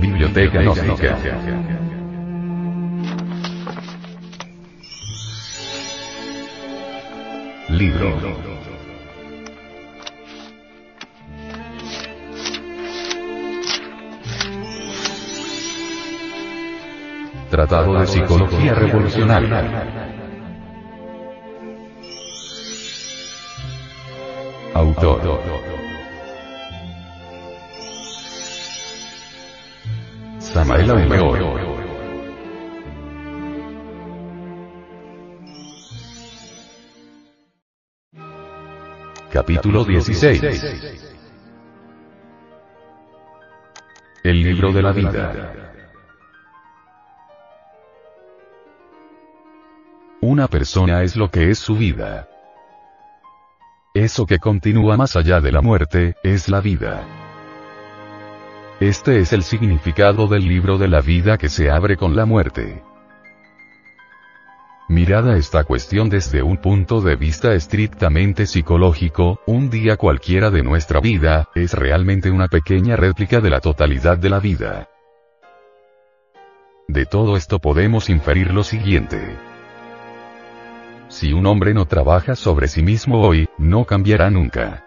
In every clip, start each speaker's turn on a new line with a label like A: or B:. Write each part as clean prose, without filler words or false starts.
A: Biblioteca Gnóstica. Libro. Tratado de Psicología Revolucionaria. Autor: Samael Aun Weor. Capítulo 16. El libro de la vida. Una persona es lo que es su vida. Eso que continúa más allá de la muerte, es la vida. Este es el significado del libro de la vida que se abre con la muerte. Mirada esta cuestión desde un punto de vista estrictamente psicológico, un día cualquiera de nuestra vida, es realmente una pequeña réplica de la totalidad de la vida. De todo esto podemos inferir lo siguiente. Si un hombre no trabaja sobre sí mismo hoy, no cambiará nunca.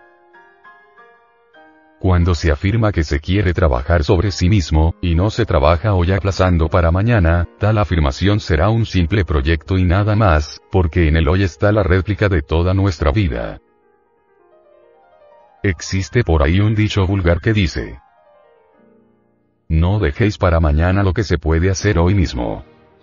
A: Cuando se afirma que se quiere trabajar sobre sí mismo, y no se trabaja hoy aplazando para mañana, tal afirmación será un simple proyecto y nada más, porque en el hoy está la réplica de toda nuestra vida. Existe por ahí un dicho vulgar que dice: no dejéis para mañana lo que se puede hacer hoy mismo.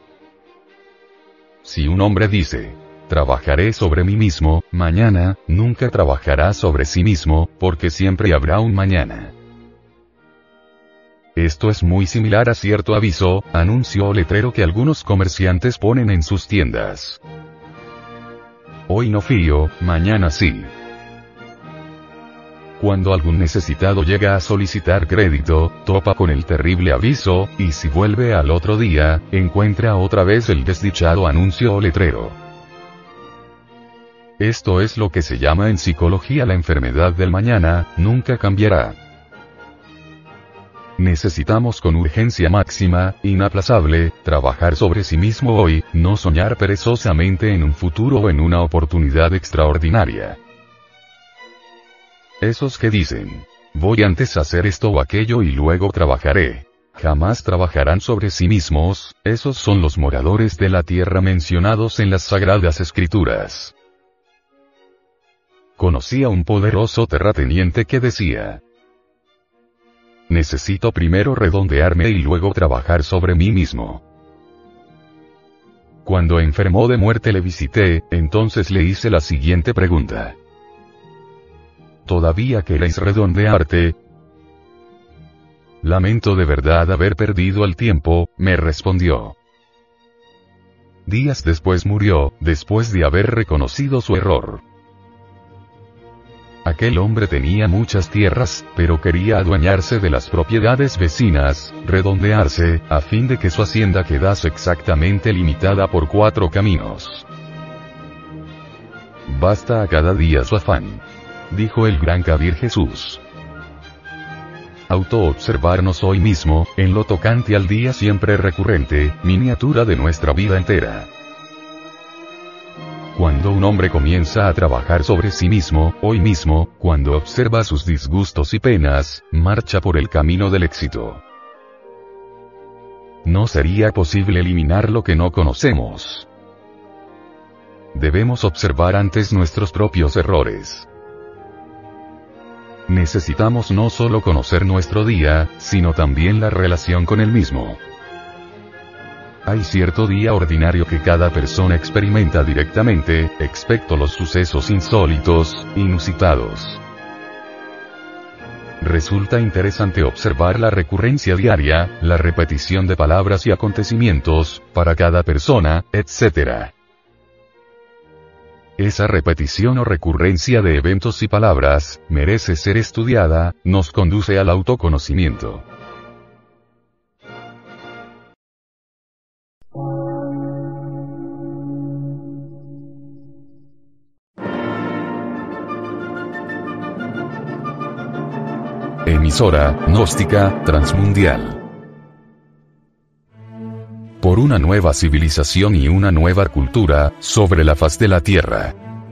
A: Si un hombre dice: trabajaré sobre mí mismo, mañana, nunca trabajará sobre sí mismo, porque siempre habrá un mañana. Esto es muy similar a cierto aviso, anuncio o letrero que algunos comerciantes ponen en sus tiendas. Hoy no fío, mañana sí. Cuando algún necesitado llega a solicitar crédito, topa con el terrible aviso, y si vuelve al otro día, encuentra otra vez el desdichado anuncio o letrero. Esto es lo que se llama en psicología la enfermedad del mañana, nunca cambiará. Necesitamos con urgencia máxima, inaplazable, trabajar sobre sí mismo hoy, no soñar perezosamente en un futuro o en una oportunidad extraordinaria. Esos que dicen: voy antes a hacer esto o aquello y luego trabajaré, jamás trabajarán sobre sí mismos. Esos son los moradores de la tierra mencionados en las Sagradas Escrituras. Conocí a un poderoso terrateniente que decía: necesito primero redondearme y luego trabajar sobre mí mismo. Cuando enfermó de muerte le visité, entonces le hice la siguiente pregunta: ¿todavía queréis redondearte? Lamento de verdad haber perdido el tiempo, me respondió. Días después murió, después de haber reconocido su error. Aquel hombre tenía muchas tierras, pero quería adueñarse de las propiedades vecinas, redondearse, a fin de que su hacienda quedase exactamente limitada por 4 caminos. Basta a cada día su afán, dijo el gran Kabir Jesús. Autoobservarnos hoy mismo, en lo tocante al día siempre recurrente, miniatura de nuestra vida entera. Cuando un hombre comienza a trabajar sobre sí mismo, hoy mismo, cuando observa sus disgustos y penas, marcha por el camino del éxito. No sería posible eliminar lo que no conocemos. Debemos observar antes nuestros propios errores. Necesitamos no solo conocer nuestro día, sino también la relación con el mismo. Hay cierto día ordinario que cada persona experimenta directamente, excepto los sucesos insólitos, inusitados. Resulta interesante observar la recurrencia diaria, la repetición de palabras y acontecimientos, para cada persona, etc. Esa repetición o recurrencia de eventos y palabras, merece ser estudiada, nos conduce al autoconocimiento. Emisora gnóstica transmundial. por una nueva civilización y una nueva cultura, sobre la faz de la Tierra.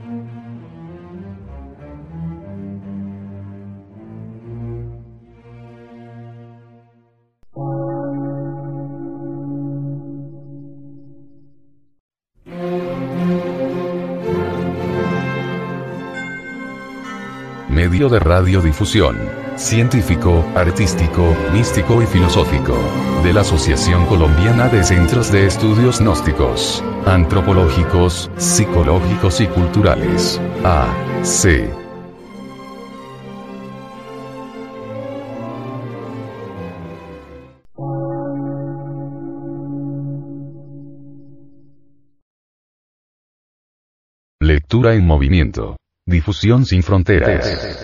A: Medio de radiodifusión, científico, artístico, místico y filosófico, de la Asociación Colombiana de Centros de Estudios Gnósticos, Antropológicos, Psicológicos y Culturales, AC. Lectura en movimiento. Difusión sin fronteras.